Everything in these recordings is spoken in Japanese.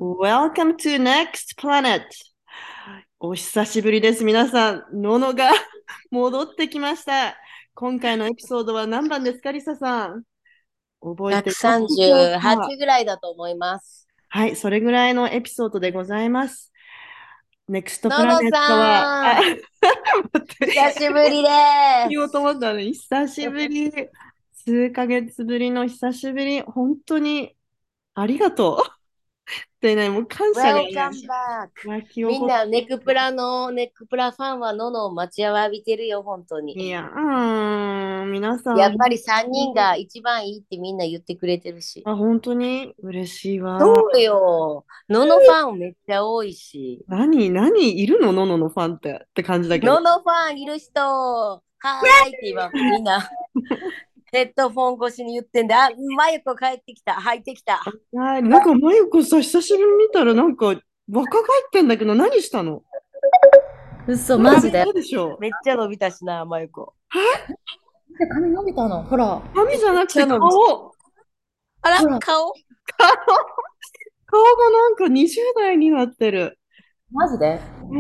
Welcome to Next Planet. お久しぶりです、皆さん。ののが戻ってきました。今回のエピソードは何番ですか、リサさん。覚えていますでしょうか？ 138ぐらいだと思います。 はい、それぐらいのエピソードでございます。Next のの Planet は、 さん、 待って、 久しぶりで言おうとす。 思ったのに、久しぶり。数ヶ月ぶりの久しぶり。本当にありがとう。ってね、もう感謝がね、 Welcome back。 湧き起みんこっなネクプラファンはののを待ちわびてるよ、本当に。 いや、皆さん、 やっぱり3人が一番いいってみんな言ってくれてるし。 本当に嬉しいわ。 そうよ。ののファンめっちゃ多いし。 何いるののののファンって感じだけど。 ののファンいる人、はーいって今、みんなヘッドフォン越しに言ってんで、あ、マユコ帰ってきた、入ってきた。 はい、なんか、まゆこさ、久しぶりに見たら、なんか、若返ってんだけど、何したの？ 嘘、 なんか見マジで。 たでしょ？ めっちゃ伸びたしな、マユコ。 え、 で、髪伸びたの。ほら、 めっ髪じゃなくて顔。 ちゃ伸びた。あら、 ほら、 顔顔がなんか20代になってる。 マジで。 うん。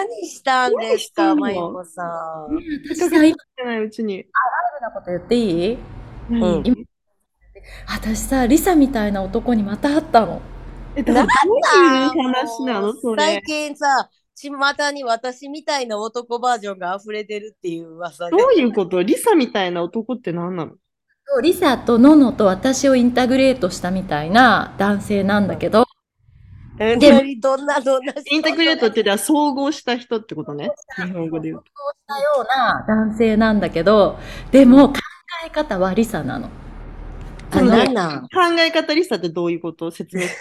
何したんで何したすか、マユの？ コさねん。 え、私さ、今、 見かけてないうちに。 なこと言っていい？ 何？ うん。 今、私さ、リサみたいな男にまた会ったの。 どうなんいうだ、もう、 話なのそ最れ？ 近さ、巷に私みたいな男バージョンが溢れてるっていう噂どで。 ういうこと？リサみたいな男って何なの？ そうリサとノノと私をインタグレートしたみたいな男性なんだけど、 え、 で、も、 どんなインテグレートって人それ。 言ったら総合した人ってことね。日本語で言うと。 そうしたような男性なんだけど、でも考え方はリサなの。 そのね、 あの、 なんなん考え方リサってどういうこと？説明して。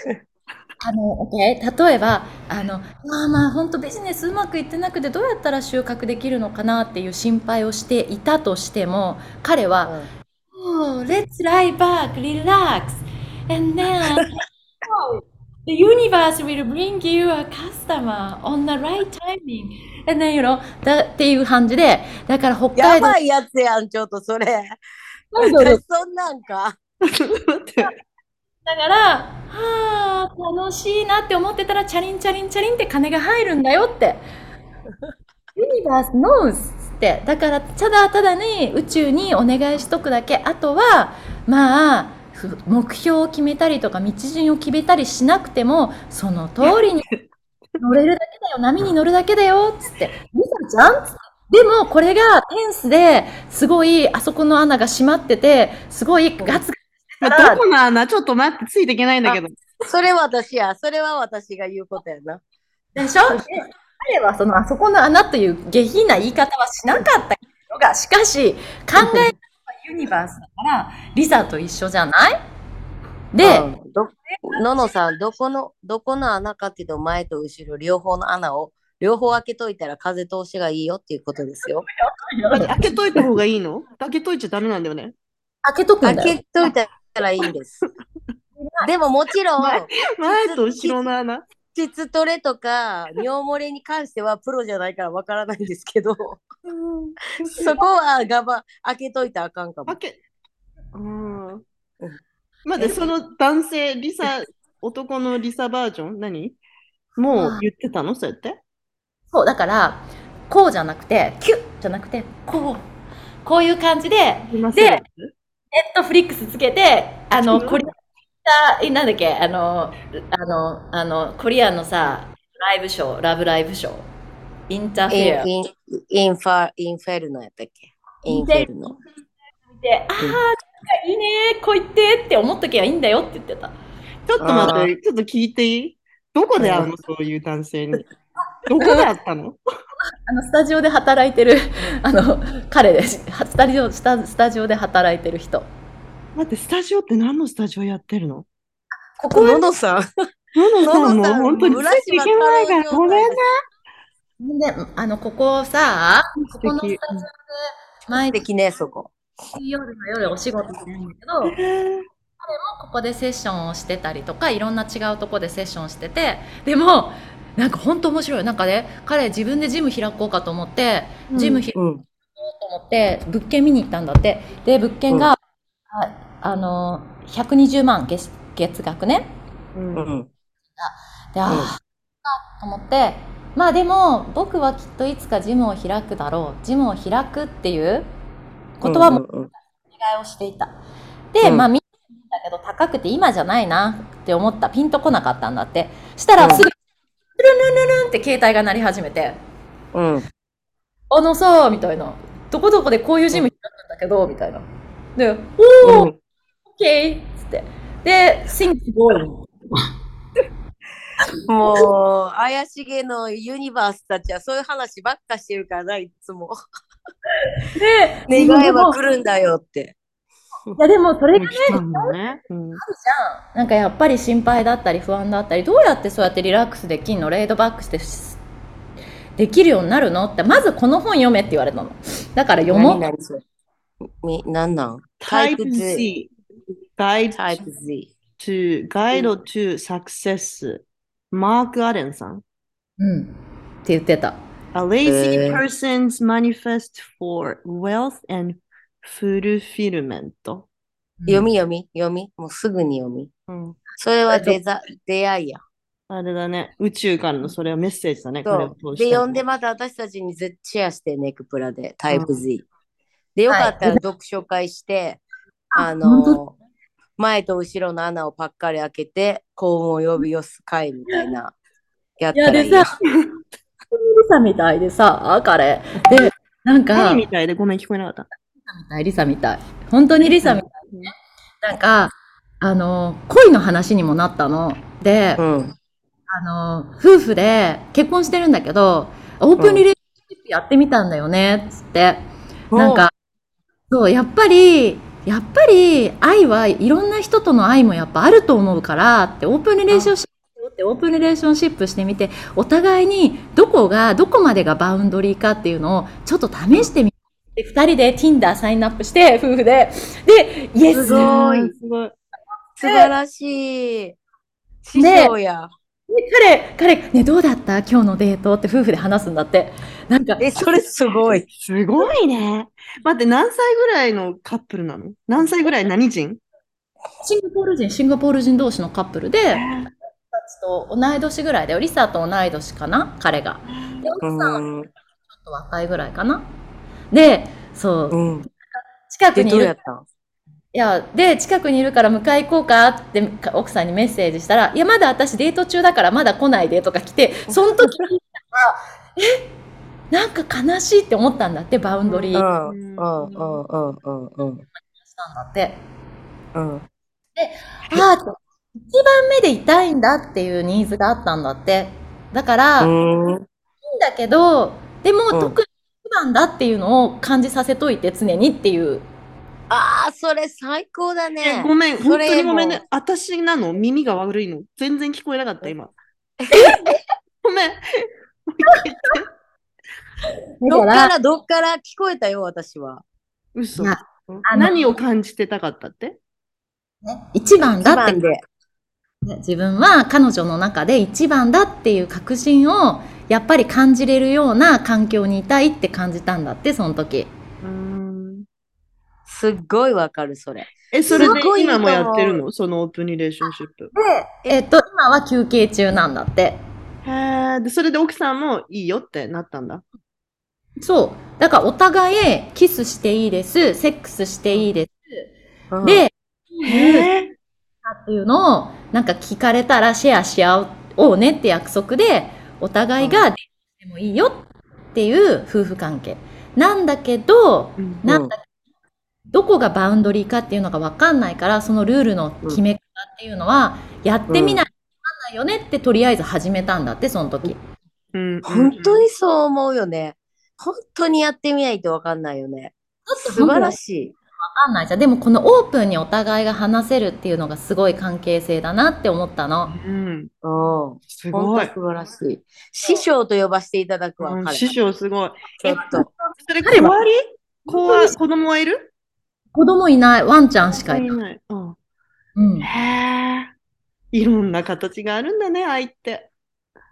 OK？ 例えば、本当ビジネスうまくいってなくてどうやったら収穫できるのかなっていう心配をしていたとしても、彼は、 うん。 Oh, let's lie back, relax, and then oh, the universe will bring you a customer on the right timing. And then, っていう感じで、だから北海道、 やばいやつやん、ちょっとそれ。 北海道で私そんなんか。 ちょっと待って。 だから、はあ、楽しいなって思ってたら、チャリンチャリンチャリンって金が入るんだよって。ユニバース knows って。だから、ただただに宇宙にお願いしとくだけ。あとは、まあ、目標を決めたりとか、道順を決めたりしなくても、その通りに乗れるだけだよ。波に乗るだけだよ。つって。リサちゃんつって。でも、これがテンスですごい、あそこの穴が閉まってて、すごいガツガツしてたどら、 この穴？ちょっと待って、ついていけないんだけあ、 ど。 それ私や。それは私が言うことやな。 でしょ？で、彼はそのあそこの穴という下品な言い方はしなかったのが、しかし、考え方はユニバースだから、リサと一緒じゃない？で、 うん。ののさん、どこの穴かっていうと、前と後ろ、両方の穴を、両方開けといたら風通しがいいよっていうことですよ。 開けといた方がいいの？開けといちゃダメなんだよね。 開けとくん開だよ。 けといたらいいんです。でももちろ前、 ん、 前と後ろの穴。 膣トレとか尿漏れに関してはプロじゃないからわからないんですけど、 うん。 そこは開けといたらあかんかも。 開け、うん。 うんまで、 えその男性、リサ、男のリサバージョンもうああ、 言ってたのそうやって？ そう、だから、こうじゃなくて、キュッじゃなくて、こういう感じで、 すいません。 で、ネットフリックスつけて、コリア、なんだっけ、コリアンのさ、ライブショー、ラブライブショー、インターフイン、 ェア。 イン、インフェルノやったっけ？インフェ見て、 ルノ。 見て、 うん。 いいね、こう言ってって思っときゃいいんだよって言ってた。 ちょっと待あって、ちょっと聞いていい？どこで会うのー、 そういう男性に？どこで会ったの？ スタジオで働いてる、彼です。スタジオで働いてる人。 待って、スタジオって何のスタジオやってるの？ ここはね、 ののさん、 のののさんもうのさん、 本当につ浦いていけ島太ないから、 郎状ごめんね。 態です。 ここさ、ここのス素敵。 タジオで毎月素敵ね、そこ。 夜の夜お仕事してるんだけど、ここでセッションをしてたりとか、いろんな違うとこでセッションしてて、でも、なんか本当面白い。なんかね、彼自分でジム開こうかと思って、 うん。 ジム開こうん、 うと思って、物件見に行ったんだって。で、物件うん、 が、120万月額ね。 うん。 うん。 で、と思って、まあでも、僕はきっといつかジムを開くだろう。ジムを開くっていう言葉もうん。 お願いをしていた。で、 うんまあ見てみたけど高くて今じゃないなって思った。ピンとこなかったんだって。したらすぐ、ルンルンルンルンって携帯が鳴り始めて、 うん。 あのさ、みたいな。どこどこでこういうジム開くんだけど、みたいな。で、おー、オッうん。 ケーっつって。で、Things going。 もう、怪しげのユニバースたちはそういう話ばっかしてるからな、いつも。 で、 願えばでも、 来るんだよって。 いやでもそれがね、 もう来たんだね。うん。 なんかやっぱり心配だったり不安だったり、どうやってそうやってリラックスできんの、レイドバックしてできるようになるのって、まずこの本読めって言われたの。だから読もう。 何それ。なんなんタイ Type プ Z。 Z。Guide タイプ Z。 Guide to Success。マーク・アレンさん。 うん。って言ってた。 A lazy へー person's manifest for wealth and fulfillment。 読み。もうすぐに読み。 うん。 それは出会いや。 あれだね。宇宙からのそれはメッセージだね。これをそう。で、 通して。 読んでまた私たちにシェアしてネクプラで、タイプうん Z。で、よはい。 かったら読書会して、 本当前と後ろの穴をパッカリ開けて、幸運を呼び寄す会みたいな、やっいや、でたらいいや。 さ、リサみたいでさ、彼。で、なんか、 何みたいでごめん聞こえなかった。 リサみたい。本当にリサみたい。なんか、恋の話にもなったの。で、 うん。 夫婦で結婚してるんだけど、オープンリレーションシップやってみたんだよね、つって。なんか、そう、やっぱり愛はいろんな人との愛もやっぱあると思うからって、オープンリレーションシップってオープンリレーションシップしてみて、お互いにどこまでがバウンドリーかっていうのをちょっと試してみて、二人で Tinder サインアップして、夫婦で、で、イエスすごい。 すごい。 素晴らしい。師匠や。 彼、ね、どうだった今日のデートって夫婦で話すんだって。なんか、 それすごい。 すごいね。待って、何歳ぐらいのカップルなの？何歳ぐらい？何人？ シンガポール人同士のカップルで、と同い年ぐらいだよ。リサと同い年かな彼が。で、奥さんはちょっと若いぐらいかな。で、そう。 うん。 近くにいる。 どうやったん？ で、近くにいるから迎え行こうかって奥さんにメッセージしたら、いや、まだ私デート中だからまだ来ないでとか来て、その時に、なんか悲しいって思ったんだって、バウンドリーしたんだって。 うん。 で、一番目でいたいんだっていうニーズがあったんだって。だから、いいんだけど、でも特に一番だっていうのを感じさせといて常にっていう。 それ最高だね。 ごめん、本当にごめんね。私なの？耳が悪いの？全然聞こえなかった、今。ごめん。 どっから聞こえたよ、私は。 嘘。何を感じてたかったって？ 一番だって。自分は彼女の中で一番だっていう確信をやっぱり感じれるような環境にいたいって感じたんだって、その時。 すっごいわかる、それ。 それで今もやってるの？そのオープンリレーションシップ。 今は休憩中なんだって。 で、それで奥さんもいいよってなったんだ。 そう。だからお互いキスしていいです、セックスしていいです。で、っていうのをなんか聞かれたらシェアし合おうねって約束で、お互いがデートしてもいいよっていう夫婦関係。なんだけど、どこがバウンドリーかっていうのが分かんないから、そのルールの決め方っていうのは、やってみないと分かんないよねってとりあえず始めたんだって、その時。 本当にそう思うよね。本当にやってみないと分かんないよね。素晴らしい。 分かんないじゃん。でもこのオープンにお互いが話せるっていうのがすごい関係性だなって思ったの。 すごい。 素晴らしい。師匠と呼ばせていただくわ。 師匠すごい。 ちょっと。 それ代わり？子供はいる？ 子供いない。ワンちゃんしかいない。 いろんな形があるんだね、愛って。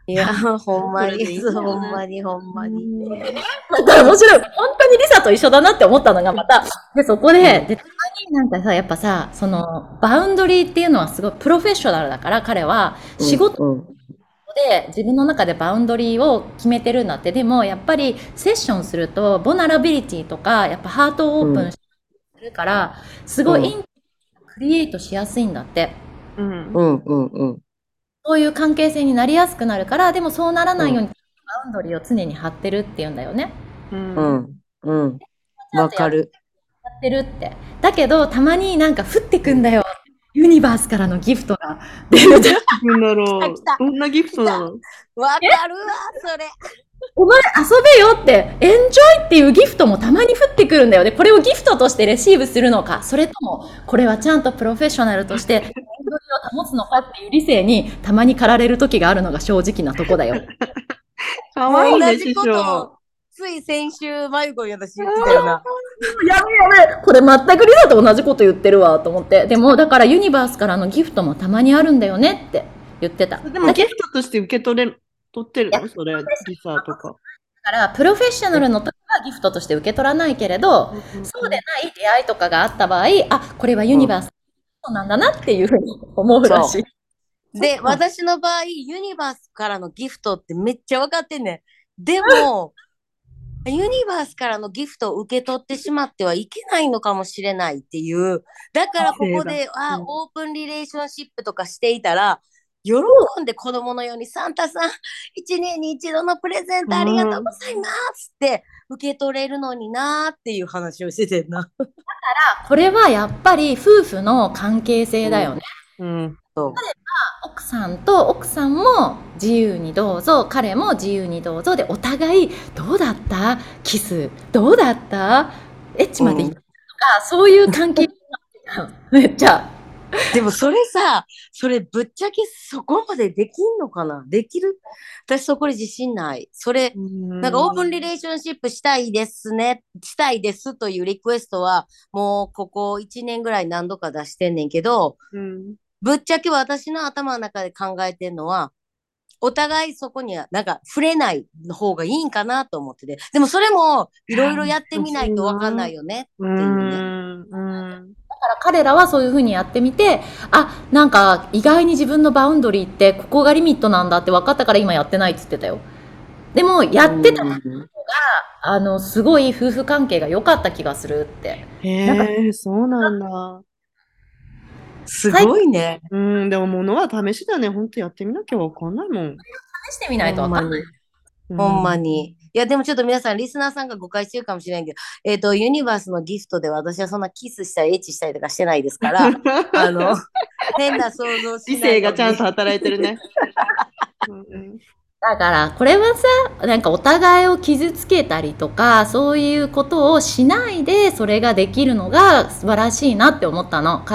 いや、ほんまに、 それでいいんだよほんな。 まに、ほんまに。 だから面白い。本当にリサと一緒だなって思ったのがまた、で、そこで、たまになんかさ、やっぱさ、その、バウンドリーっていうのはすごいプロフェッショナルだから、彼は仕事うん。 で自分の中でバウンドリーを決めてるんだって。でも、やっぱりセッションすると、ボナラビリティとか、やっぱハートをオープンするから、すごいインクリエイトしやすいんだって。 うんうんうんうん。 そういう関係性になりやすくなるから、でもそうならないように、バウンドリーを常に張ってるっていうんだよね。 うんうんうん。わかる。 やってるって。だけど、たまになんか降ってくんだよ。ユニバースからのギフトが。で、 なんだろう来た。 どんなギフトなの？ わかるわ、それ。 お前遊べよって、エンジョイっていうギフトもたまに降ってくるんだよね。これをギフトとしてレシーブするのか、それとも、これはちゃんとプロフェッショナルとして、バウンドリーを保つのかっていう理性にたまに駆られる時があるのが正直なとこだよ。 かわいいね、師同じこと匠。 を、つい先週、マユコに私言ってたよな。 やべやべ、これ全くリサと同じこと言ってるわと思って。でも、だからユニバースからのギフトもたまにあるんだよねって言ってた。 でもギフトとして受け取ってるのそれ、リサとか。 だから、プロフェッショナルの時はギフトとして受け取らないけれど、そうでない出会いとかがあった場合、あ、これはユニバースなんだなっていうふうに思うらしい。 で、私の場合、ユニバースからのギフトってめっちゃ分かってんねん。でも、ユニバースからのギフトを受け取ってしまってはいけないのかもしれないっていう。だからここで、オープンリレーションシップとかしていたら、喜んで子供のように、サンタさん、一年に一度のプレゼントありがとうございますって受け取れるのになーっていう話をしててんな。 これはやっぱり夫婦の関係性だよね。 そう。 奥さんと奥さんも自由にどうぞ、彼も自由にどうぞで、お互いどうだったキス、どうだったエッチまで行ったとか、そういう関係めっちゃ。 でもそれさ、それぶっちゃけそこまでできんのかな？できる？私そこで自信ない。それ、なんかオープンリレーションシップしたいですね、したいですというリクエストは、もうここ1年ぐらい何度か出してんねんけど、ぶっちゃけ私の頭の中で考えてんのは、お互いそこにはなんか触れない方がいいんかなと思ってて。でもそれもいろいろやってみないとわかんないよねっていうね。 だから彼らはそういうふうにやってみて、あ、なんか意外に自分のバウンドリーってここがリミットなんだって分かったから今やってないって言ってたよ。でもやってたことが、すごい夫婦関係が良かった気がするって。 へえ、そうなんだ。 すごいね。 でも物は試しだね。本当やってみなきゃわかんないもん。 試してみないとわかんない。 ほんまに。いや、でもちょっと皆さん、リスナーさんが誤解してるかもしれないけど、ユニバースのギフトで私はそんなキスしたり、エッチしたりとかしてないですから、変な想像しない。 理性がちゃんと働いてるね。 だから、これはさ、なんかお互いを傷つけたりとか、そういうことをしないで、それができるのが素晴らしいなって思ったの。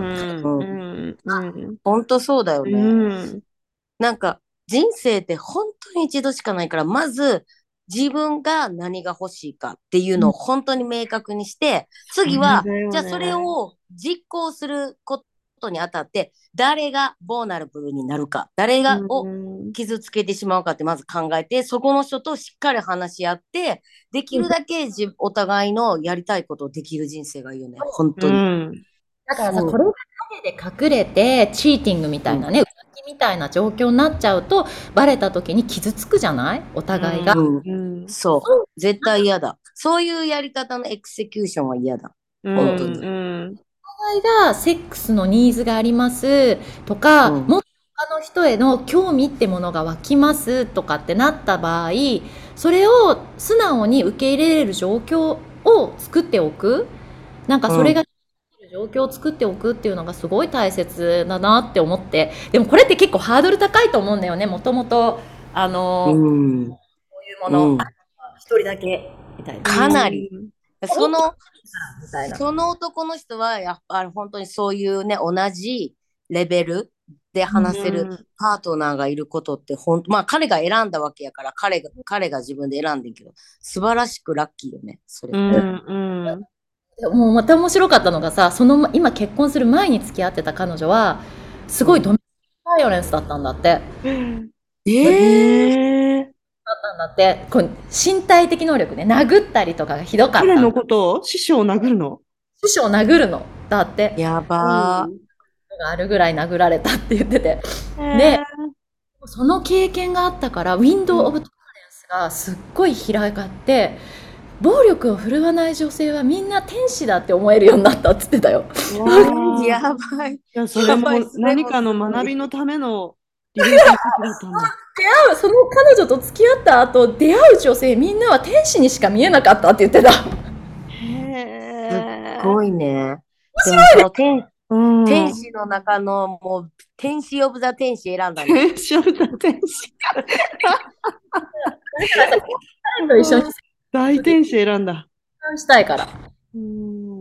本当そうだよね。なんか、人生って本当に一度しかないから、まず、自分が何が欲しいかっていうのを本当に明確にして、次は、じゃあそれを実行することにあたって、誰がボーナルブルになるか、誰がを傷つけてしまうかってまず考えて、そこの人としっかり話し合って、できるだけお互いのやりたいことをできる人生がいいよね、本当に。 だからさ、これが陰で隠れて、チーティングみたいなね、浮気みたいな状況になっちゃうと、バレた時に傷つくじゃないお互いが。 そう。絶対嫌だ。そういうやり方のエクセキューションは嫌だ。本当に。 お互いがセックスのニーズがありますとか、もっと他の人への興味ってものが湧きますとかってなった場合、それを素直に受け入れれる状況を作っておく。なんかそれが、状況を作っておくっていうのがすごい大切だなって思って。でもこれって結構ハードル高いと思うんだよね。もともと、こういうもの、一人だけみたいな。 かなり。その男の人は、やっぱり本当にそういうね、同じレベルで話せるパートナーがいることって、まあ彼が選んだわけやから、彼が自分で選んでんけど、素晴らしくラッキーよね、それって。 もうまた面白かったのがさ、今結婚する前に付き合ってた彼女は、すごいドメスティックバイオレンスだったんだって。 ええ。 なんだって、身体的能力ね、殴ったりとかがひどかっ彼のたの。 ことを師匠を殴るの？ 師匠を殴るの。だって、 やうばん。 があるぐらい殴られたって言ってて。で、 えその経験があったから、ウィンドウ・オブ・トラレンスがすっごい広がって、暴力を振るわない女性はみんな天使だって思えるようになったって言ってたよ。 ー、 ー。やわあ。 ばい。 いや、それやばい。 もそれも何かのすごい。 学びのためのリレーションシップだったんだ。 その彼女と付き合った後、出会う女性みんなは天使にしか見えなかったって言ってた。 へすっえ。 ごいね。でもそのうん。 天使の中のもう天使オブザ天使選んだね。 天使だ、天使。 だからさ、彼と一緒に生大天使選んだ。 活したいから。 うん、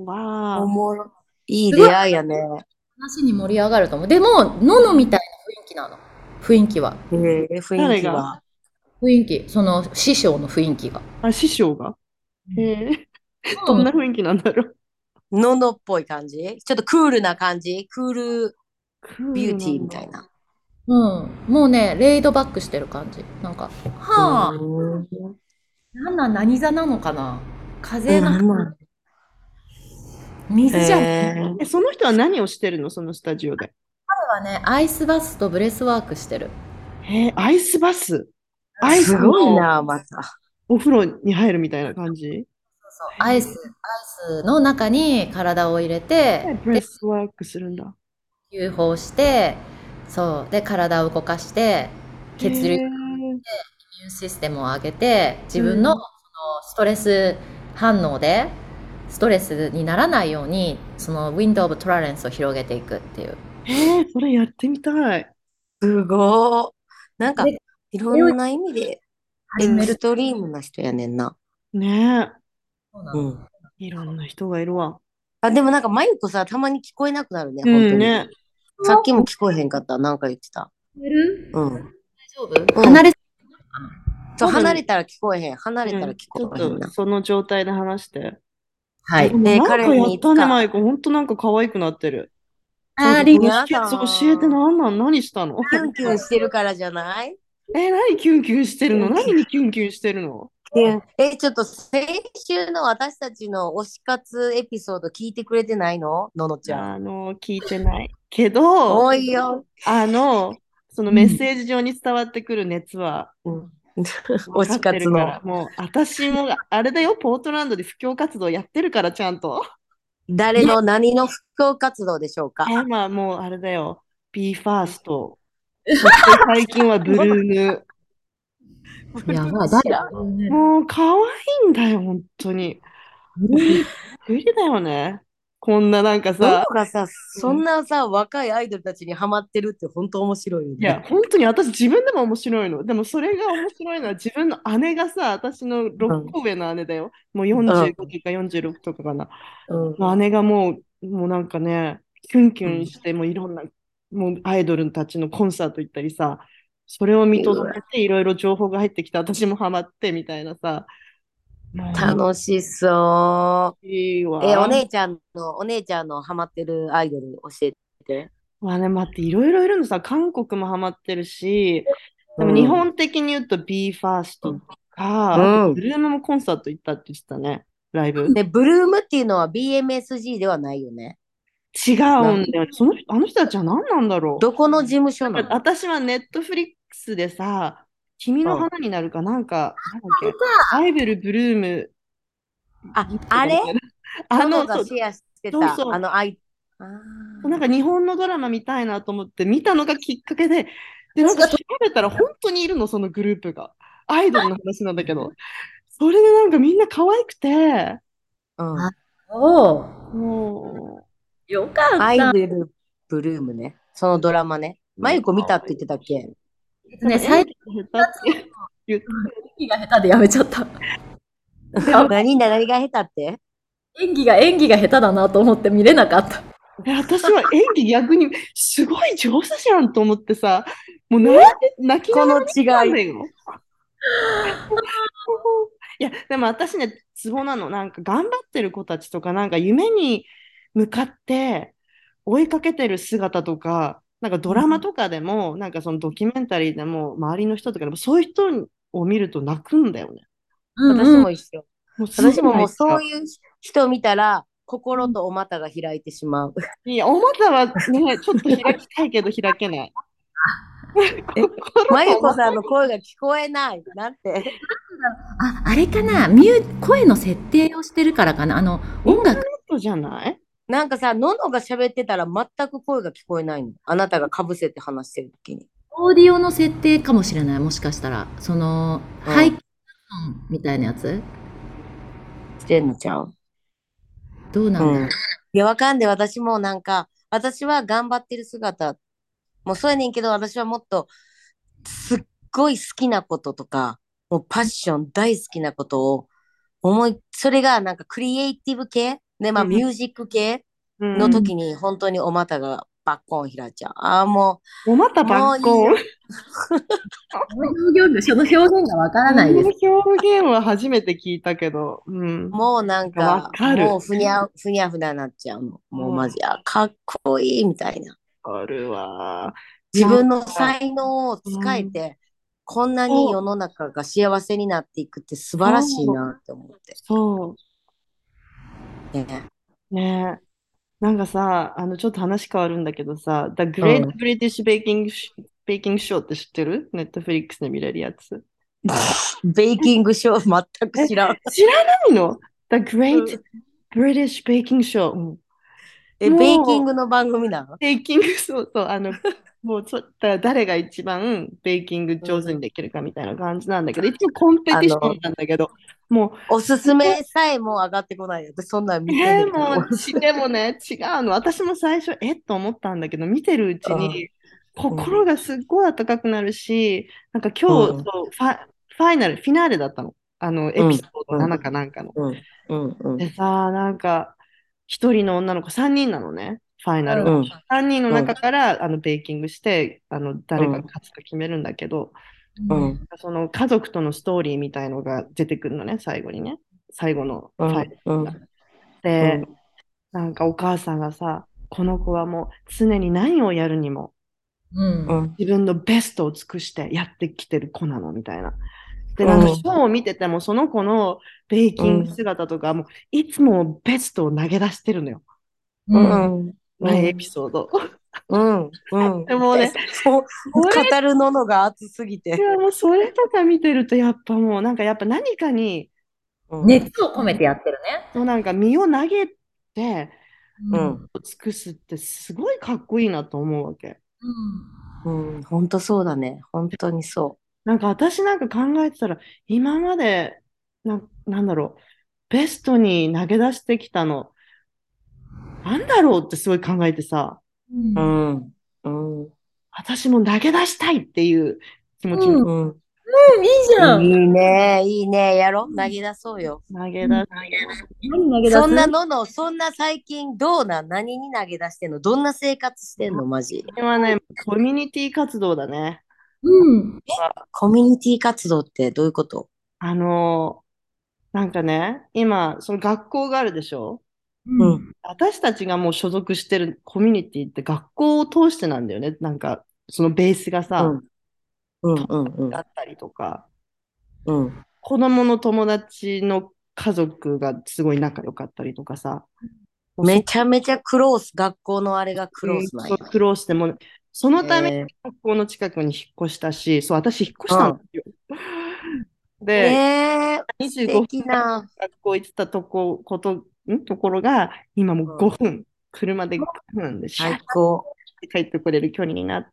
わあ。 おもろ。いいすごい出会いやね。 話に盛り上がると思う。でも、ののみたいな雰囲気なの。雰囲気は。 雰囲誰が？ 気は。 雰囲気。その師匠の雰囲気が。 あ、師匠が？へえ。どんな雰囲気なんだろう。 ののっぽい感じちょっとクールな感じクールクールビューティーなんだ。 みたいな。 うん。もうね、レイドバックしてる感じ。なんか、 うはあ、 ーん。 何座なのかな。風の、 なんなんへ水じゃん。 え。 その人は何をしてるのそのスタジオで？ 彼はね、アイスバスとブレスワークしてる。 へえ、アイスバス。アイスすごいのな、また。 お風呂に入るみたいな感じ？へそうアイスの中に体を入れて、 え、ブレで、 スワークするんだ。 吸放して、そう、で、体を動かして、 へ血流、イミえ。 ューンシステムを上げて、自分のそうん。 のストレス反応で、ストレスにならないように、そのウィンドウ・オブ・トラレンスを広げていくっていう。 へえ、それやってみたい。 すごい。なんか、 で、 いこれをろんな意味でエ始める。 クストリームな人やねんな。 ねそうなの。 うん。 え。いろんな人がいるわ。 あ、でもなんか、まゆこさ、たまに聞こえなくなるね、本当に。 うんね。 さっきも聞こえへんかった。なんか言ってた。 始めるうん。 大丈夫うん。 離れすぎたかな。 そう、 多分、 離れたら聞こえへん。離れうん、 たら聞ちょっこえへんな。 とその状態で話して。あ、ではい。 もなんか彼やったね、 にいつか、 マイク。ほんとなんか可愛くなってる。 あり、 その秘やだ訣教えてー。 何したの？ キュンキュンしてるからじゃない？ 何キュンキュンしてるの？ キュンキュン。 何にキュンキュンしてるの？ ちょっと先週の私たちの推し活エピソード聞いてくれてないののちゃん。 聞いてないけど、 おいよ。 あの、そのうん。 メッセージ上に伝わってくる熱はうん。推し分かって活の。 るから、もう私もあれだよ、ポートランドで布教活動やってるから、ちゃんと。 誰の何の布教活動でしょうか？ まあもうあれだよ、BE:FIRST。そして最近はブルーム。 やばい、 知らん。 もう可愛いんだよ、本当に。びっくりだよね。こんななんかののさ、 がさ、 うん、 そんなさ、若いアイドルたちにハマってるって本当面白いよいや、 ね。 本当に私自分でも面白いの。でもそれが面白いのは自分の姉がさ、私の6 うん。 個上の姉だよ。もうう 45 ん。 とか46とかかな。 うん。 姉がもうなんかね、キュンキうん。 ュンして、もういろんな、もうアイドルたちのコンサート行ったりさ、それを見うわ、 届けていろいろ情報が入ってきて、私もハマってみたいなさ、もう楽しそいいう。 わ。 お姉ちゃんのハマってるアイドル教えて。 まあね、待って、いろいろいるのさ、韓国もハマってるし、でうも日ん。 本的に言うと BE:FIRST とうか、あと、 ん。 ブルームもコンサート行ったって言ってたね、ライブ。 で、ブルームっていうのは BMSG ではないよね。 違うんだよね。 なん、 あの人たちは何なんだろどこの事務所う。なんかなの？ 私はネットフリックスでさ、君のうん。 花になるかなんか、なんだっけ、アイベルブルームあ、 とあれかみたいな。そうののがシェアしてた、 そうそう。 あなんか日本のドラマ見たいなと思って見たのがきっかけで、で、なんか調べたら本当にいるの、そのグループが。アイドルの話なんだけど。それでなんかみんな可愛くて、 あ、うあ、 ん。 そう。 もよかアった。 イベルブルームね。そのドラマね。 う、もうマユコ見た可愛いって言ってたっけ？ し。でも演最近技が下手って言って、 演技が下手でやめちゃった。やばい。 何が下手って？ 演技が下手だなと思って見れなかった。 私は演技逆にすごい上手じゃんと思ってさ、もう泣きなこのがら見てたんだ違い。 よ。いや、でも私ね、ツボなの。なんか頑張ってる子たちとか、なんか夢に向かって追いかけてる姿とか、 なんかドラマとかでも、なんかそのドキュメンタリーでも、周りの人とかでも、そういう人を見ると泣くんだよね。 私うんうん。 も一緒。 もうすぐ私ももう泣いちゃう。 そういう人を見たら、心とお股が開いてしまう。 いや、お股はね、ちょっと開きたいけど開けない。 え、 心まゆことお股。 さんの声が聞こえない。なんて。 あれかな、声の設定をしてるからかな。 インターネッ音楽、 トじゃない？ なんかさ、ののが喋ってたら全く声が聞こえないの。あなたがかぶせて話してる時に。 オーディオの設定かもしれない。もしかしたら。 うん。 背景音みたいなやつしてんのちゃう？ どうなんだろう。 うん。いや、わかんで、私もなんか、私は頑張ってる姿もうそうやねんけど、私はもっと、すっごい好きなこととか、もうパッション大好きなことをそれがなんかクリエイティブ系で、まあミュージック系のうん。 時に本当にお股がバッコン開いちゃう。ああ、 お股バッもういいコン。 よ。 その表現がわからこのないです。 表現は初めて聞いたけど、うん。 もうななんかわんか、 かる。 もうふにゃふにゃなっちゃうの。もうマジ、あ、かっこいいみたいな。 あるわ。なん自分のか、 才能をうん、 使えて、こんなに世そう、 の中が幸せになっていくって素晴らしいそう、 なって思って。 そね。 う。ねえ。なんかさ、ちょっと話変わるんだけどさ、The う Great ん。 British Baking Show って知ってる？ネットフリックスで見れるやつ。 ベーキングショー全くえ、 知らん。 知らないの？ ?The う Great ん。 British Baking Show。 ベーキンもう、 グの番組なの？ ベーキング、そうそう、もう誰が一番ベーキングうん。 上手にできるかみたいな感じなんだけど、一応コンペティションあの、 なんだけど、もう、 おすすめさえも上がってこないよ。私そんなん見てへんから。 もうでもね、違うの。私も最初、と思ったんだけど、見てるうちに、 うん。 心がすっごい温かくなるし、なんかう今日、 ん。 そう、フィナーレだったの。エうん。 ピソードうん。 7かなんかの。 うん。うん。うん。 でさ、なんか、一人の女の子、3人なのね、ファイナルは。 うん。 3人のうん。 中から、ベーキングして、誰がうん。 勝つか決めるんだけど、 うん。 その家族とのストーリーみたいのが出てくるのね、最後にね。最後のファイうん。うナルが。 ん。うで、 ん。 なんかお母さんがさ、この子はもう常に何をやるにもうん。 うん。 自分のベストを尽くしてやってきてる子なのみたいな。で、 うなんかショーん。 を見ててもその子のベーキング姿とかもういつもベストを投げ出してるのよ。 うん。 うん。う前エピん。 ソード。 うん。うん。 でもね、 そう、 これ、 語るのが熱すぎて。 いやもうそれとか見てるとやっぱもうなんかやっぱ何かにうん。 熱を込めてやってるね。 そうなんか身を投げてうん。 うん。 尽くすってすごいかっこいいなと思うわけ。 うん。 うん。本当そうだね。本当にそなんか私なんか考えてたら、今まで、なんだろう、ベストに投げ出してきたの、なんだろうってすごい考えてさ、 う。ううん。 ん。うん。 私も投げ出したいっていう気持ちにうん。 うん。 いいじゃん。 いいね。いいね。やろ投げ出そうよ。 投げ出うん。 す。 何投げ出そんなす？ そんな最近どうなん？何に投げ出してんの？どんな生活してんのマジ？ これはね、コミュニティ活動だね。 うん。 コミュニティ活動ってどういうこと？ あのなんかね、今、その学校があるでしょ？ うん。 うん。 私たちがもう所属してるコミュニティって学校を通してなんだよね。なんか、そのベースがさ、 うん。うん。うん。うん。 だったりとか。 うん。 子供の友達の家族がすごい仲良かったりとかさ、もうめちゃめちゃクロース、学校のあれがクロースなんや。 そう苦労しても、そのためにえ学校の近くに引っ越したし、そう、私引っ越したんでうん。 すよ。で、 え素 25分敵な。 学校行ってたところが、今もううん。 5分、車で5分でシャーっ最高。 て帰ってこれる距離になって、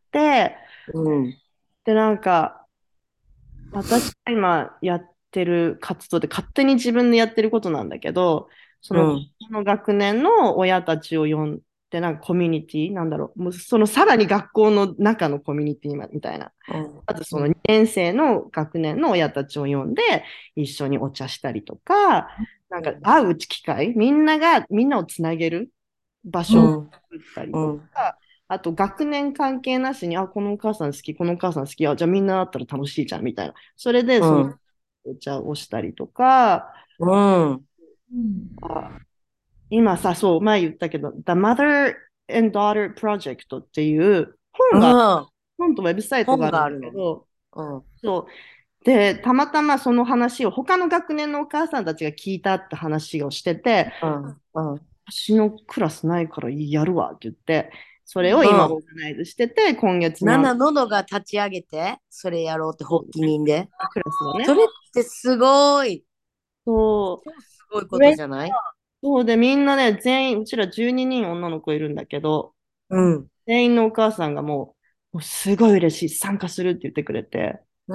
うん。 で、なんか、私が今やってる活動で勝手に自分でやってることなんだけど、その、 うん。 その学年の親たちを呼んで、なんかコミュニティ、なんだろう、もうそのさらに学校の中のコミュニティみたいな。 うん。 まずそのうん。 2年生の学年の親たちを呼んで、一緒にお茶したりとか、なんか会う機会、みんなをつなげる場所をうん。 作ったりうとん。 か、あと学年関係なしに、あ、このお母さん好き、このお母さん好き、あ、じゃあみんなだったら楽しいじゃん、みたいな。それで、その、 うん。 お茶をしたりとか、 うん。 うん。 あ今さ、そう、前言ったけど、The Mother and Daughter Project っていう、 本が、 うん。 本とウェブサイトがあるんだ本があるの。 けど、 うん。 そう。で、たまたまその話を他の学年のお母さんたちが聞いたって話をしてて、 うん。うん。 私のクラスないからやるわって言って、それをう今オーん。 ガナイズしてて、今月にのどが立ち上げて、それやろうって発起人で。 クラスをね。 それってすごい。 そう、 超すごいことじゃない？ そうで、みんなね、全員、うちら12人女の子いるんだけど、 うん。 全員のお母さんがもうすごい嬉しい、参加するって言ってくれて、 うん。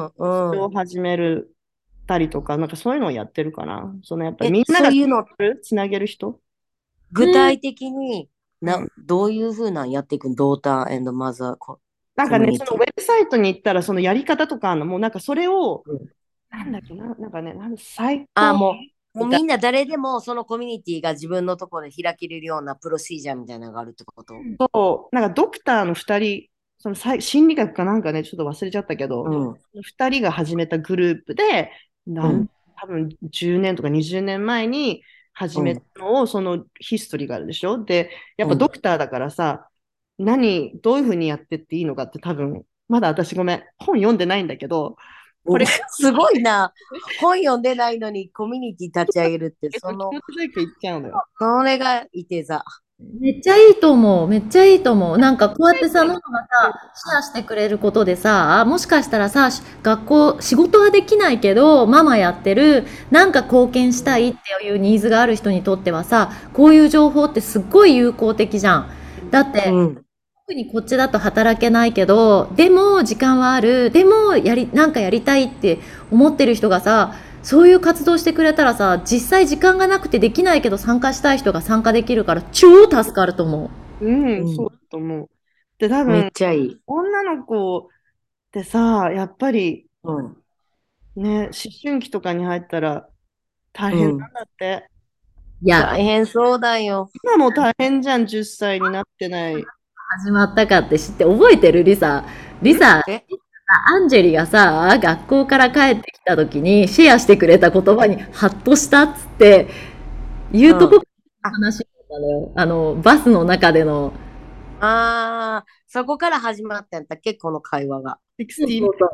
それうん。 を始めるたりとか、なんかそういうのをやってるかな。そのやっぱりえ、 みんながそういうの、 つなげる人。 具体的にうん。 どういうふうなんやっていくの？ドーターマザーなんかね、そのウコミュニティ。 ェブサイトに行ったら、そのやり方とかあるの、もうなんかそれを、 うん。 なんだっけな、なんかね、最あ、 高もうみたいみんな誰でもそのコミュニティが自分のところで開けれるようなプロシージャーみたいなのがあるってこと？ なと、なんかドクターの2人、その心理学かなんかね、ちょっと忘れちゃったけど、 うん。 2人が始めたグループで、 うん。 多分10年とか20年前に始めたうん。 のを、そのヒストリーがあるでしょ。で、やっぱドうん。 クターだからさ、どういうふうにやってっていいのかって多分、まだ私ごめん、本読んでないんだけど、これ、 すごいな。本読んでないのにコミュニティ立ち上げるって、 気のせいか言っちゃうのよ。 それがいて座。 めっちゃいいと思う。めっちゃいいと思う。なんかこうやってさ、ノノがさ、シェアしてくれることでさ、もしかしたらさ、学校、仕事はできないけど、ママやってる、なんか貢献したいっていうニーズがある人にとってはさ、こういう情報ってすっごい有効的じゃん。だって、 うん。 特にこっちだと働けないけど、でも時間はある、でもなんかやりたいって思ってる人がさ、そういう活動してくれたらさ、実際時間がなくてできないけど参加したい人が参加できるから超助かると思う。 うん、そううん。 だと思う。で、多めっ分、 ちゃいい。 女の子ってさ、やっぱりうん。 ね、思春期とかに入ったら大変なんうん。 だって。 いや、 大変そうだよ。 今も大変じゃん、10歳になってない。 始まったかって知って覚えてるリサ。リサ、 え、 アンジェリがさ、学校から帰ってきた時にシェアしてくれた言葉にハッとしたっつって言うとこうん。あ、 話したのよ。バスの中での。 そこから始まったんだっけ、この会話が。 そう 16。 そうそう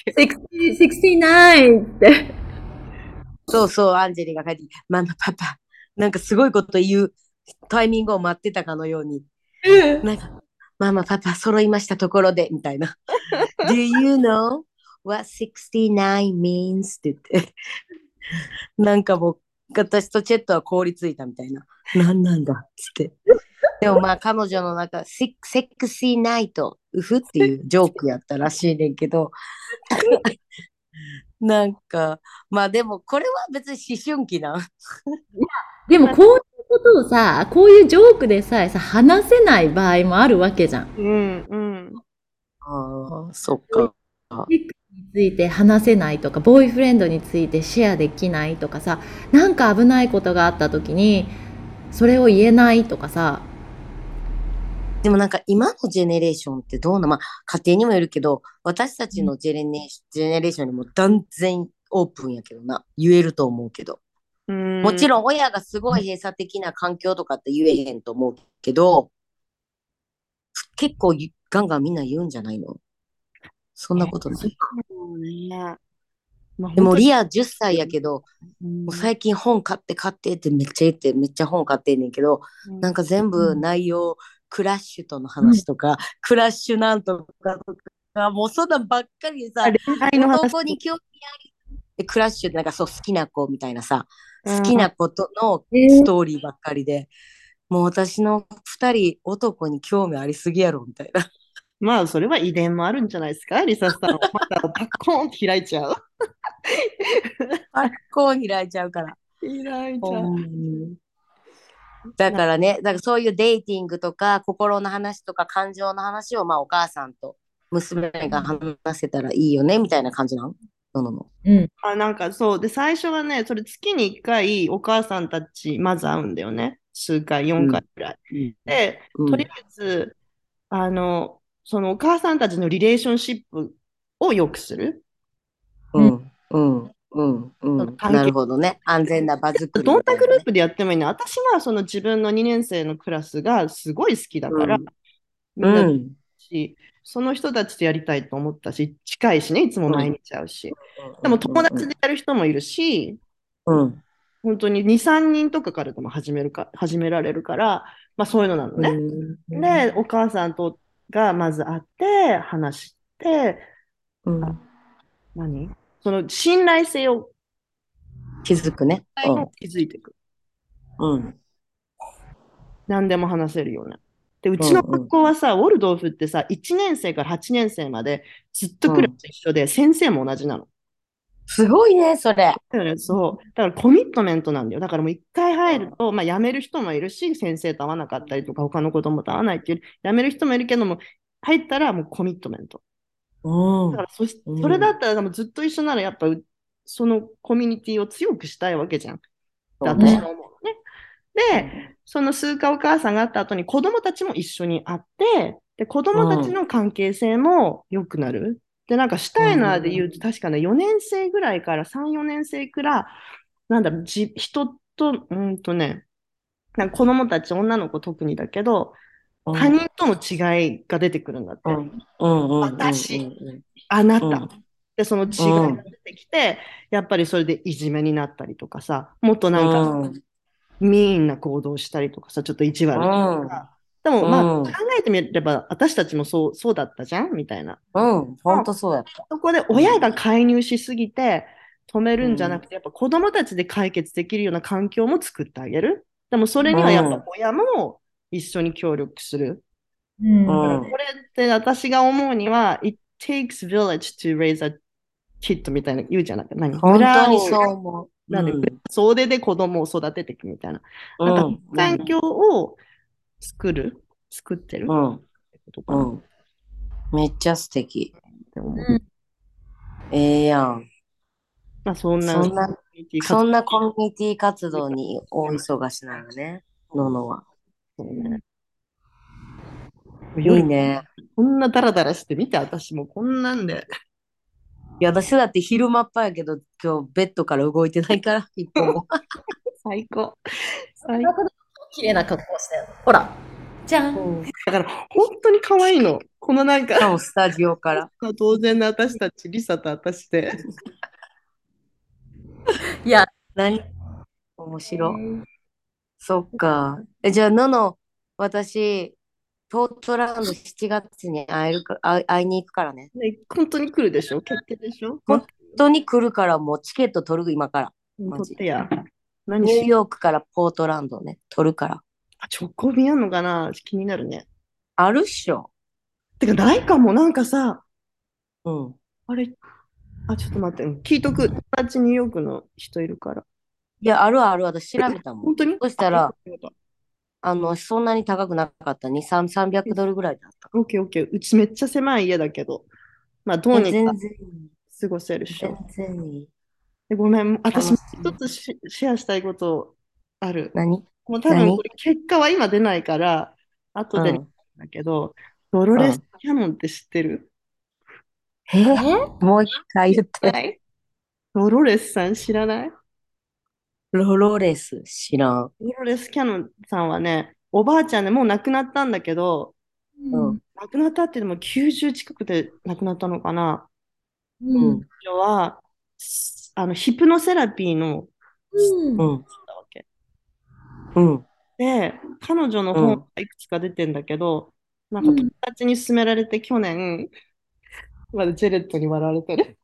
。69って。 そうそう、アンジェリが帰ってきて、ママ、パパ、なんかすごいこと言うタイミングを待ってたかのように、なんか、ママ、パパ、揃いましたところで、みたいな。Do you know what 69 means? って言って、なんかもう、私とチェットは凍りついたみたいな。なんなんだっつって。でもまあ彼女の中、セクシーナイト、ウフっていうジョークやったらしいねんけど、なんか、まあでもこれは別に思春期な。 でもこういうことをさ、こういうジョークでさえさ、話せない場合もあるわけじゃん。 うん、うん。 ああ、そっか。 セックスについて話せないとか、ボーイフレンドについてシェアできないとかさ、なんか危ないことがあった時に、それを言えないとかさ、 でもなんか今のジェネレーションってどうな、まあ家庭にもよるけど、私たちのジェネレーションにも断然オープンやけどな。言えると思うけど。 うん、 もちろん親がすごい閉鎖的な環境とかって言えへんと思うけど、結構ガンガンみんな言うんじゃないの？そんなことないか。 そうね。まあ、 で本当に、 もリア10歳やけど、もううん、 最近本買って買ってってめっちゃ言って、めっちゃ本買ってんねんけど、なんか全部内容、クラッシュとの話とか、クラッシュなんとかとか、もうそんなんばっかりでさ、 恋愛の話。 男に興味あり、クラッシュってなんかそう好きな子みたいなさ、 うん、 好きな子とのストーリーばっかりで、もう私の二人男に興味ありすぎやろみたいな。 まあ、それは遺伝もあるんじゃないですか、リサさん。またパッコーンって開いちゃう。 あ、こう開いちゃうから。 開いちゃう。 ほんまに。だからね、だからそういうデイティングとか心の話とか感情の話をまあお母さんと娘が話せたらいいよねみたいな感じなの？の。 うん。 あ、なんかそう。で、最初はね、それ月に1回お母さんたちまず会うんだよね。数回、4 うん。 回くらい。で、 うん。 とりあえず、そのお母さんたちのリレーションシップを良くする。 うん。うん。うん。うん。なその関係。 るほどね。安全な場作りどんみたいなね。 なグループでやってもいいね。私はその自分の2年生のクラスがすごい好きだから、 うん。 みんなでうん。 し、その人たちとやりたいと思ったし、近いしね、いつも毎日会うし。でも友達でやる人もいるし、 うん。 本当に2、3人とかからでも始められるから、まあそういうのなのね。で、お母さんとがまず会って、話して、あうん。 何その信頼性を気づくね。うん。 築いていく。 うん。 何でも話せるような。で、ううん。 ちの学うん。 校はさ、ウォルドーフってさ、1年生から8年生までずっとクラうん。 ス一緒で、先生も同じなの。 すごいね、それ。 だからそう。だからコミットメントなんだよ。だからもう一回入ると、まあ辞める人もいるし、先生と会わなかったりとか、他の子供と会わないっていう、辞める人もいるけども、入ったらもうコミットメント。 うん。 だからそれうん。 だったらでもずっと一緒ならやっぱそのコミュニティを強くしたいわけじゃん。って私ね。 は思うのね。で、その数回お母さんが会った後に子供たちも一緒に会って、で、子供たちの関係性も良くなる。で、なんかシュタイナーで言うと確かね、4年生ぐらいから3、4年生くらい、なんだろう、人と、なんか子供たち、女の子特にだけど、他人との違いが出てくるんだって。私、あなた。で、その違いが出てきて、やっぱりそれでいじめになったりとかさ、もっとなんかミーンな行動をしたりとかさ、ちょっと意地悪とか。でもまあ考えてみれば私たちもそうだったじゃんみたいな。 ほんとそうやった。 そこで親が介入しすぎて止めるんじゃなくて、やっぱ子供たちで解決できるような環境も作ってあげる。でもそれにはやっぱ親も一緒に協力する。だからこれって私が思うには、It takes village to raise a kid みたいな言うじゃなくて、 本当にそう思う。 総出で子供を育てていくみたいな。なんか環境を作ってるってことかな。 めっちゃ素敵。 って思う。 ええやん。 まあそんなそんな、そんなコミュニティ活動に大忙しなのね、ののは。 そうね。 いいね。 こんなダラダラして見て、私もこんなんで。 いや、私だって昼間っぱやけど、今日ベッドから動いてないから、一歩も。 最高。 綺麗な格好してる。ほら。じゃん。 だから本当に可愛いの。このなんか、 しかもスタジオから。 当然の私たち、リサと私で。 いや、 何面白い。そっか。じゃあ、のの、私、ポートランド7月に会いに行くからね。 ね、本当に来るでしょ決定でしょ本当に来るからもうチケット取る今から。マジ。 取ってや。 ニューヨークからポートランドね、取るから。 直行便あんのかな気になるね。 あるっしょ。 てか、ないかも。なんかさ、 うん。 あれ、ちょっと待って。聞いとく。友達ニューヨークの人いるから。 いや、あるある、私調べたもん。 本当にそしたら、そんなに高くなかった。2、300ドルぐらいだった。 オッケーオッケー。うちめっちゃ狭い家だけど。まあ、どうにか全然いい。 過ごせるっしょ。 全然いい。 ごめん。私、 楽し一つシェアしたいことある。 何もう多分これ結果は今出ないから、後でだけど、ドロレス・キャノンって知ってる？ もう一回言って。 ドロレスさん知らない？ ロロレス知らん。 ドロレス・キャノンさんはね、おばあちゃんでもう亡くなったんだけど、亡くなったってでも90近くで亡くなったのかな。彼女は、ヒプノセラピーの、わけ。で、彼女の本がいくつか出てんだけど、なんか友達に勧められて去年、まだジェレットに笑われてる。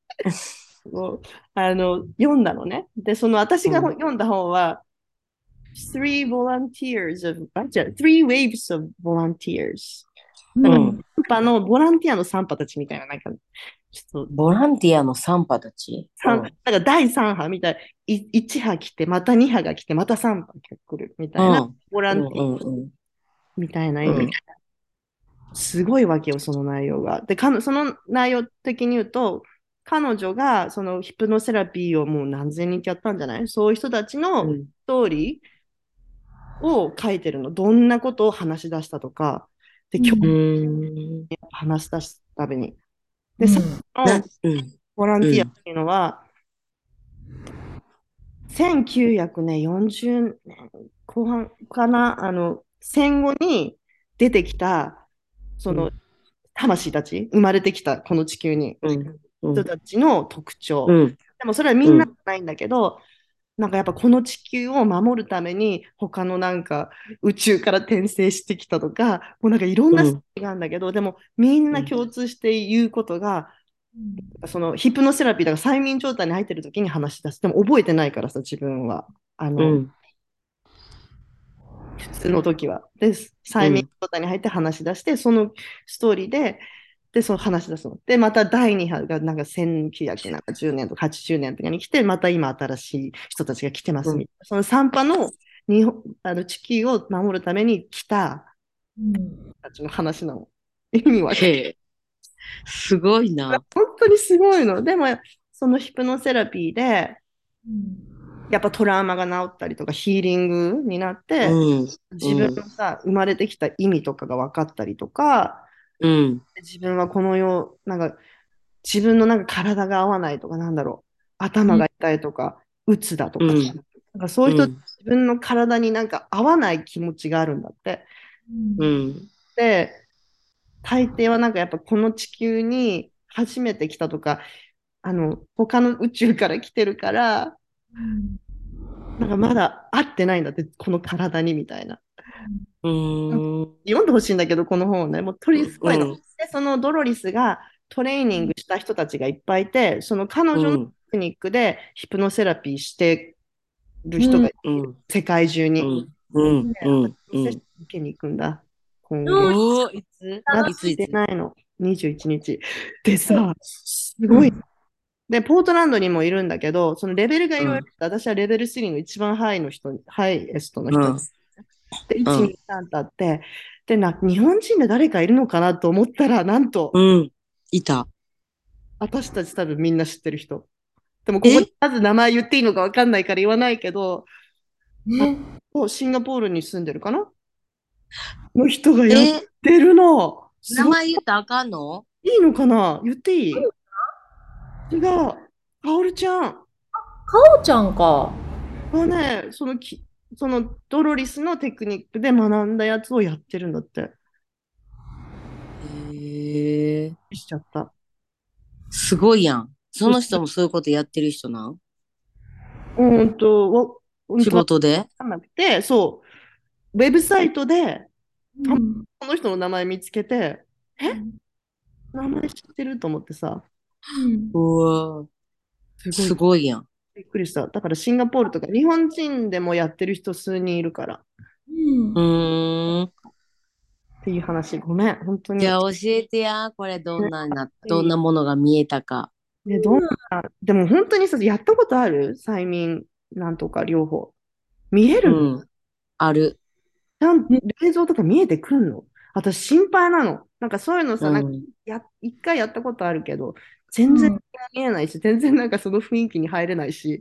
読んだのね。で、その私が読んだ本は、Three Volunteers of, じゃあ Three Waves of Volunteers。なんか、サンパの、ボランティアのサンパたちみたいな、なんか、ちょっと、 ボランティアのサンパたちなんか第3波みたい、1波来て、また2波が来て、また3波が来るみたいな、ボランティアみたいな意味。すごいわけよ、その内容が。で、その内容的に言うと、彼女がそのヒプノセラピーをもう何千人やったんじゃない？そういう人たちのストーリーを書いてるの。どんなことを話し出したとか、で、今日話し出すたびに。で、そのボランティアっていうのは、1940年後半かな、戦後に出てきた、その魂たち、生まれてきたこの地球に、人たちの特徴。でもそれはみんなじゃないんだけど、なんかやっぱこの地球を守るために他のなんか宇宙から転生してきたとか、もうなんかいろんなストーリーがあるんだけど、でもみんな共通して言うことが、そのヒプノセラピーだから催眠状態に入ってる時に話し出す。でも覚えてないからさ、自分は。普通の時は。で、催眠状態に入って話し出して、そのストーリーで、その話し出すの。で、また第2波がなんか1910年とか80年とかに来て、また今新しい人たちが来てますみたいな。その3波の地球を守るために来た人たちの話なの。意味は。 すごいな。 本当にすごいの。でも、そのヒプノセラピーで、やっぱトラウマが治ったりとかヒーリングになって、自分のさ、生まれてきた意味とかが分かったりとか、自分はこの世、なんか自分のなんか体が合わないとか、なんだろう、頭が痛いとか、うつだとか、なんかそういう人、自分の体になんか合わない気持ちがあるんだって。で、大抵はなんかやっぱこの地球に初めて来たとか、他の宇宙から来てるから、なんかまだ合ってないんだって、この体にみたいな。読んでほしいんだけど、この本をね、もう鳥すごいの。で、そのドロリスがトレーニングした人たちがいっぱいいて、その彼女のテクニックでヒプノセラピーしてる人がいる、世界中に。受けに行くんだ。今月。まだしてないの。21日。でさ、すごい。で、ポートランドにもいるんだけど、そのレベルがいろいろあって、私はレベル3の一番ハイエストの人。で、1、2、3とあって、で、日本人で誰かいるのかなと思ったら、なんと、 いた。 私たち多分みんな知ってる人。でも、ここにまず名前言っていいのか分かんないから言わないけど、シンガポールに住んでるかなの人がやってるの。 名前言ったらあかんの？ いいのかな？言っていい？違う。かおるちゃん。かおちゃんか。 はね、そのドロリスのテクニックで学んだやつをやってるんだって。しちゃった。 すごいやん。その人もそういうことやってる人なん？仕事で？ なくて、そう、ウェブサイトで、この人の名前見つけて、名前知ってると思ってさ。 うわ、すごいやん。 びっくりした。だからシンガポールとか日本人でもやってる人数人いるから。っていう話、ごめん、本当に。 じゃあ教えてや、これどんなものが見えたか。 でも本当にさ、やったことある？催眠なんとか両方。見える？ ある。 ちゃんと映像とか見えてくんの？私心配なの。なんかそういうのさ、なんか一回やったことあるけど、全然見えないし、全然なんかその雰囲気に入れないし。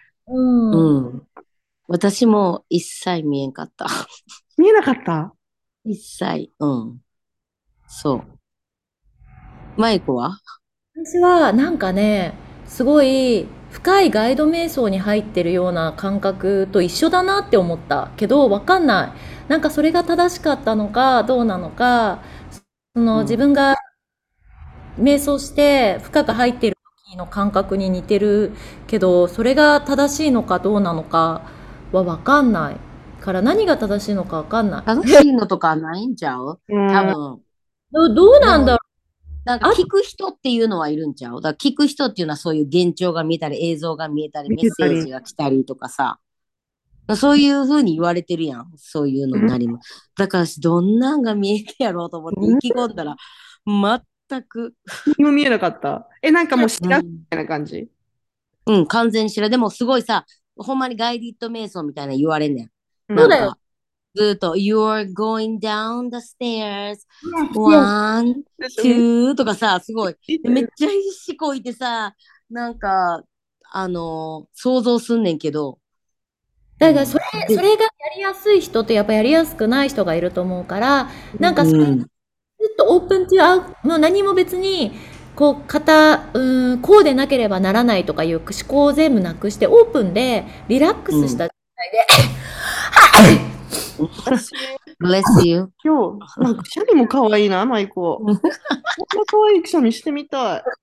私も一切見えんかった。 見えなかった？ 一切。そう。マイコは？ 私はなんかね、すごい深いガイド瞑想に入ってるような感覚と一緒だなって思ったけど、わかんない。なんかそれが正しかったのかどうなのか、自分が瞑想して深く入っている時の感覚に似てるけど、それが正しいのかどうなのかはわかんないから、何が正しいのかわかんない。 正しいのとかないんちゃう？多分。 どうなんだろう。 なんか聞く人っていうのはいるんちゃう？だから聞く人っていうのはそういう幻聴が見えたり映像が見えたりメッセージが来たりとかさ。そういう風に言われてるやん。そういうのになります。だからどんなんが見えてやろうと思って意気込んだら、全く。 何も見えなかった。なんかもう知らんみたいな感じ？ 完全に知らん。でもすごいさ、ほんまにガイディット瞑想みたいな言われんねん。 そうだよ。 ずっと、You're going down the stairs. One, two とかさ、すごい。めっちゃ必死こいてさ、なんか、想像すんねんけど。 だからそれがやりやすい人とやっぱやりやすくない人がいると思うから、なんかずっとオープントゥもう何も別に、こうでなければならないとかいう思考を全部なくして、オープンでリラックスした状態で、 Bless you. 今日、なんかくしゃみも可愛いな、マイコ。こんな可愛いくしゃみしてみたい。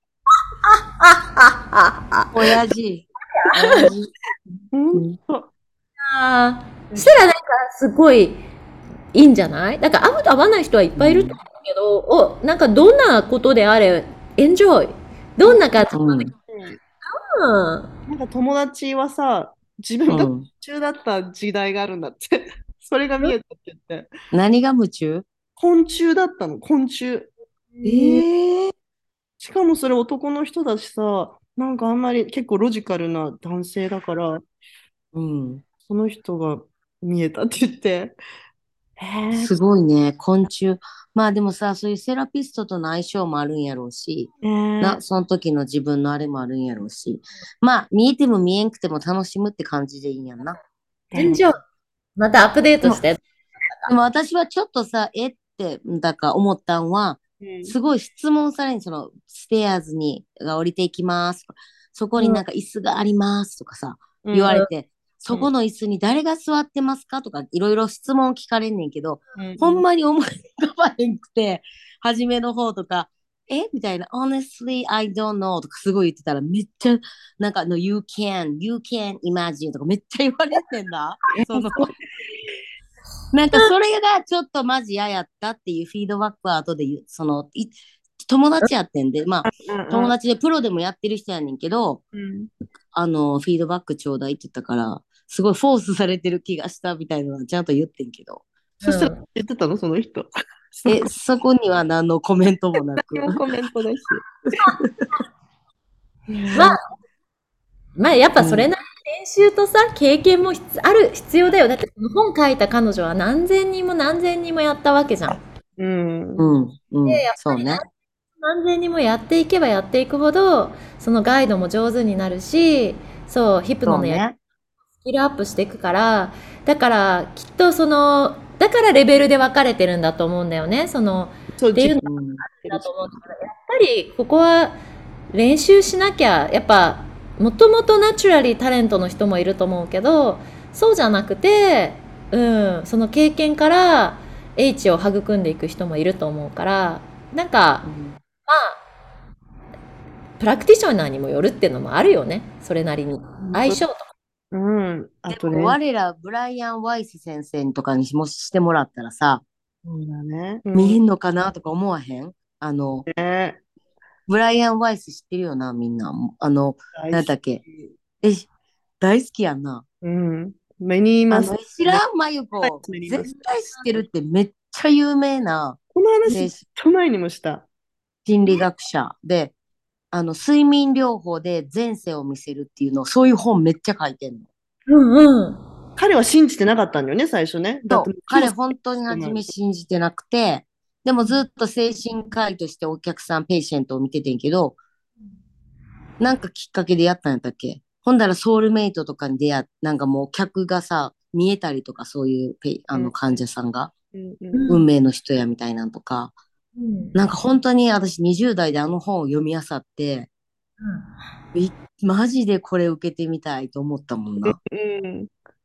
親父。親父。 ほんと。 ああ、したらなんかすごいいいんじゃない？だから合うと合わない人はいっぱいいると思うけど、なんかどんなことであれ、エンジョイ。どんな感じ。 うん。 うん。 なんか友達はさ、自分がうん。 中だった時代があるんだって。それが見えたって言って。 何が夢中？ 昆虫だったの、昆虫。 ええ。 しかもそれ男の人だしさ、なんかあんまり結構ロジカルな男性だから、 うん。 その人が見えたって言って、 すごいね、昆虫。まあでもさ、そういうセラピストとの相性もあるんやろうし、 ねその時の自分のあれもあるんやろうし、まあ見えても見えんくても楽しむって感じでいいんやんな。 エンジョイ。またアップデーでも、 トして。 でも私はちょっとさ、えって、だから思ったんは、 うんすごい質問される、その、ステアーズに、が降りていきますとか。そこにうん。 なんか椅子がありますとかさ、 うん言われて、 うん。 そこの椅子に誰が座ってますかとか、いろいろ質問聞かれんねんけど、ほんうんまに思い浮かばへんくて、初めの方とか、みたいな、honestly, I don't know とかすごい言ってたら、めっちゃ、なんかyou can imagine とかめっちゃ言われてんだ。その、なんかそれがちょっとマジ嫌やったっていうフィードバックは後で言う、友達やってんで、まあ、友うん達でプロでもやってる人やねんけど、 うんフィードバックちょうだいって言ったから、すごいフォースされてる気がしたみたいなのはちゃんと言ってんけど、 そしたらうん。 言ってたの、その人。そこそこには何のコメントもなく。 にもコメントだし。 まあ、まあやっぱうん、 それなりに練習とさ、経験も必要だよ。だってその本書いた彼女は何千人も何千人もやったわけじゃん。 うん。 うん、うで、 ん、 やっぱりそうね。 何千人もやっていけばやっていくほど、そのガイドも上手になるし、そう、ヒプノのね。 スキルアップしていくから、だからきっとだからレベルで分かれてるんだと思うんだよね。 そう、 っていうのうん、 だと思うから、やっぱりここは練習しなきゃ、やっぱもともとナチュラリータレントの人もいると思うけど、そうじゃなくて、その経験から H を育んでいく人もいると思うから、なんか、 うん。 まあ、プラクティショナーにもよるっていうのもあるよね。それなりに。 本当。 相性とか。 うん。あとね、 我ら、ブライアン・ワイス先生とかにもししてもらったらさ、 そうだね。うん。 見えんのかなとか思わへん？ ね、 ブライアン・ワイス知ってるよな、みんな。 大好なんだっけ。 き。 え、大好きやんな。 うん。目にいますね。 知らん、まゆこ。 目にいます。 絶対知ってるってめっちゃ有名なこの話、 精神ずっと前にもした。 心理学者で、睡眠療法で前世を見せるっていうの、そういう本めっちゃ書いてんの。 うんうん。 彼は信じてなかったんだよね、最初ね。だってそう、 もう超彼本当に初めもある。 信じてなくて、でもずっと精神科医としてお客さん、ペイシェントを見ててんけど、なんかきっかけでやったんやったっけ？ほんだらソウルメイトとかに出会っなんかもう客がさ、見えたりとかそういううん患者さんが、 うんうん。 運命の人やみたいなんとか、 うん。 なんか本当に私20代であの本を読み漁って、いマジでこれ受けてみたいと思ったもんな。 うん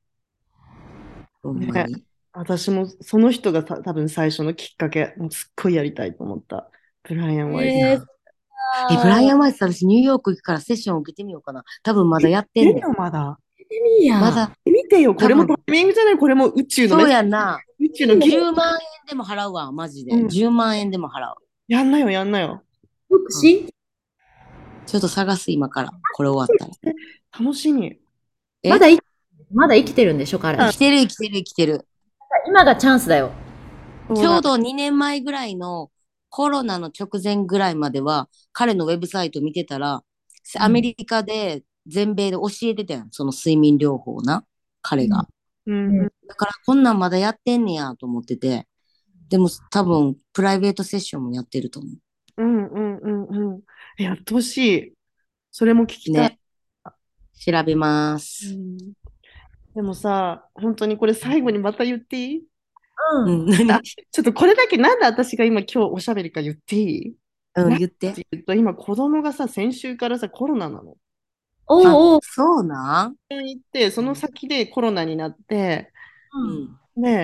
ね、 ほんまに。 私もその人が多分最初のきっかけ、もうすっごいやりたいと思った。ブライアン・ワイス。 えー、 ブライあアン・ワイス、私ニューヨーク行くからセッション受けてみようかな。多分まだやってんねん。 見てよ、まだ。 いいや。 まだ、 見てよ、これもタ多分、 イミングじゃない、これも宇宙のメそうッセやんな。 宇宙のいいね。 ギフト。 10万円でも払うわ、マジで。 うん。 10万円でも払う。 やんなよ、やんなよ。 うん。 福祉ちょっと探す、今から。これ終わったら。 楽しみ。 えまだい、まだ生きてるんでしょ、彼。 あ、 生きてる、生きてる、生きてる。 今がチャンスだよ。 そうだ。 ちょうど2年前ぐらいのコロナの直前ぐらいまでは、彼のウェブサイト見てたら、アメうん。 リカで全米で教えてたやん。その睡眠療法な。彼が。 うん。 うんうんだからこんなんまだやってんねやと思ってて。でも多分プライベートセッションもやってると思うんうんうんうん。やってほしい。それも聞きう。 たい。 ね。調べます。 うん、でもさ、本当にこれ最後にまた言っていい？ うん。 うん、何？ あ、ちょっとこれだけなんで私が今おしゃべりか言っていい？ うん、 なん言って。 て言うと今子供がさ、先週からさ、コロナなの。 あ、 おうおう。 そうなん？ 病院行って、そのうん。 先でコロナになって、 ううん。 ん。 ね、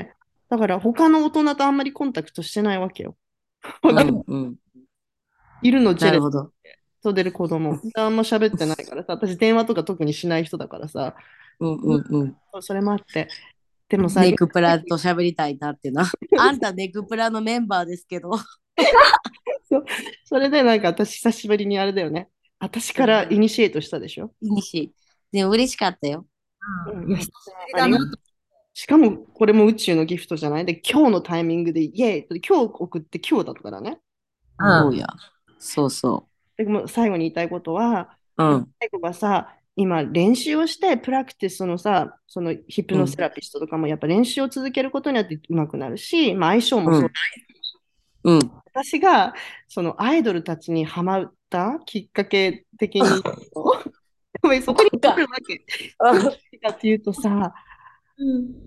だから他の大人とあんまりコンタクトしてないわけよ。 うわかるんうん。 いるのチェレなるほど。 と出る子供。あんま喋ってないからさ、私電話とか特にしない人だからさ、 うんうんうん。 それもあって。でもさ、 ネクプラと喋りたいなってな。あんたネクプラのメンバーですけど。 そうそれでなんか私久しぶりにあれだよね。私からイニシエイトしたでしょ。 いいし。でも嬉しかったよ。 うん。 いや、久しぶりありがとう。 だなと。 しかもこれも宇宙のギフトじゃないで、今日のタイミングでイエーイって今日送って今日だったからね。 うん。 そうや。そうそでも最後に言いたいことは、 う。うん。 最後がさ、今練習をしてプラクティスのさ、そのヒプうん。 ノセラピストとかもやっぱ練習を続けることによって上手くなるし、まあ、相性もそう。 うん。うん。 私がそのアイドルたちにハマったきっかけ的に、ごめんそこに来か。 るわけ。どうしてかっていうとさ、 うん。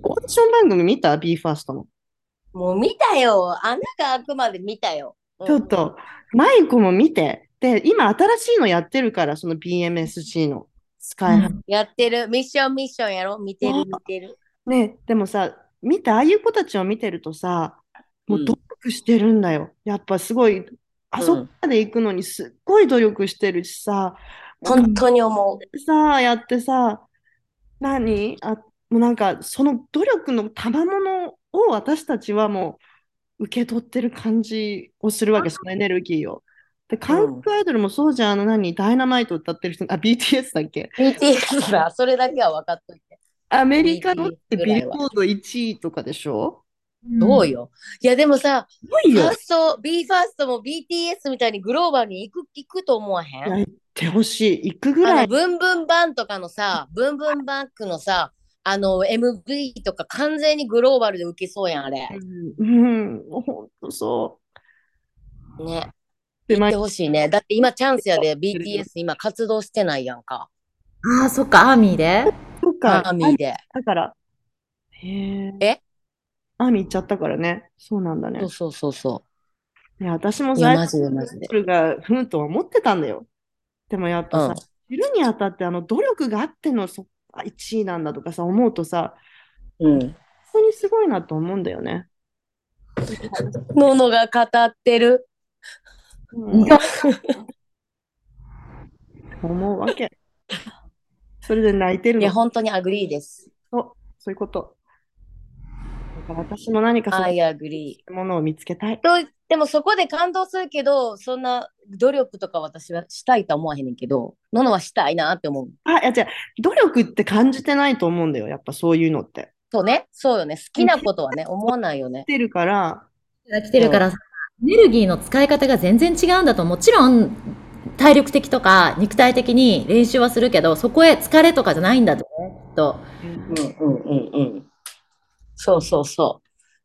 オーディション番組見た ?BE:FIRST の。 もう見たよ。あなたあくまで見たよ。うん。 ちょっと、マイコも見て。で、今新しいのやってるから、その BMSG のスカイハイ。 うん。 やってる。ミッションやろ見てる見てる。 ね、でもさ、見て、ああいう子たちを見てるとさ、もう努うん。 力してるんだよ。やっぱすごい、あそこうん。 まで行くのにすっごい努力してるしさ、もう本頑張うん。 当に思ってさ、やってさ、もうなんか、その努力の賜物を私たちはもう受け取ってる感じをするわけ、そのエネルギーを。で、 う。 韓うん。 国アイドルもそうじゃん、ダイナマイト歌ってる人、あ、BTS だっけ？ BTS だ。それだけは分かっといて。 アメリカのっ BTS てビルぐらいは。 ボード1位とかでしょ？ うん。 どうよ。いや、でもさ、 すごいよ。 BE:FIRST も BTS みたいにグローバルに行くと思わへん？ いや、行ってほしい。行くぐらい。 ブンブンバンとかのさ、ブンブンバックのさ、MV とか完全にグローバルで受けそうやん、あれ。 うん、うん、ほんとそね。 う。で、 行ってほしいね。だって今チャンスやで BTS 今活動してないやんか。 ああ、そっか、アーミーで。 そっか、 アーミーで。 だから、へえ、 えアーミー行っちゃったからね。そうなんだね。 そうそうそうそいや、私もう。いや、 最マジでマジで。 初が、ふんとは思ってたんだよ。でもやっぱさ、 うん。 知るにあたって、努力があっての1位なんだとかさ、思うとさ、 うん。 本当にすごいなと思うんだよね。 ののが語ってる。 うん、思うわけ。それで泣いてるいや、 の。 本当にアグリーです。 そういうこと。だから私も何かそう I agree。 いうものを見つけたい。 と言ってもそこで感動するけど、そんな努力とか私はしたいとは思わへんねんけど、ののはしたいなって思う。 あ、いや、じゃ努力って感じてないと思うんだよ。やっぱそういうのって。 そうね。そうよね。好きでも、 なことはね、思わないよね。 てるから、 が来てるかそらさ、エネルギーの使い方が全然違うんだと。もちろん、体力的とか肉体的に練習はするけど、そこへ疲れとかじゃないんだとね、きっと。 う。うんうんうんうん。そうそうそう。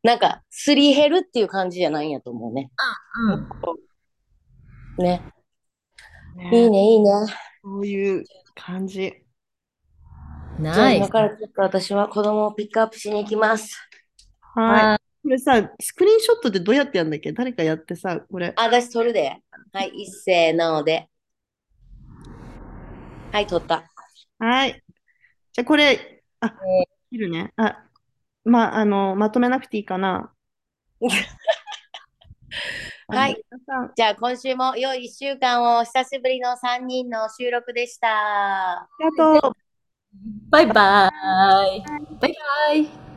なんか、すり減るっていう感じじゃないんやと思うね。 うん。 ね。いいね、 ね、いいね。 そういう感じ。 じゃあナイス。 今からちょっと私は子供をピックアップしに行きます。 はい。 はこれさ、スクリーンショットってどうやってやるんだっけ？誰かやってさ、これ。 あ、私撮るで。はい、一斉ので。はい、撮った。 はい。じゃあこれ、いるね。まとめなくていいかな。 はい。 皆さん、 じゃあ今週も良い一週間を久しぶりの3人の収録でした。 ありがとう。 バイバーイ。バイバイ。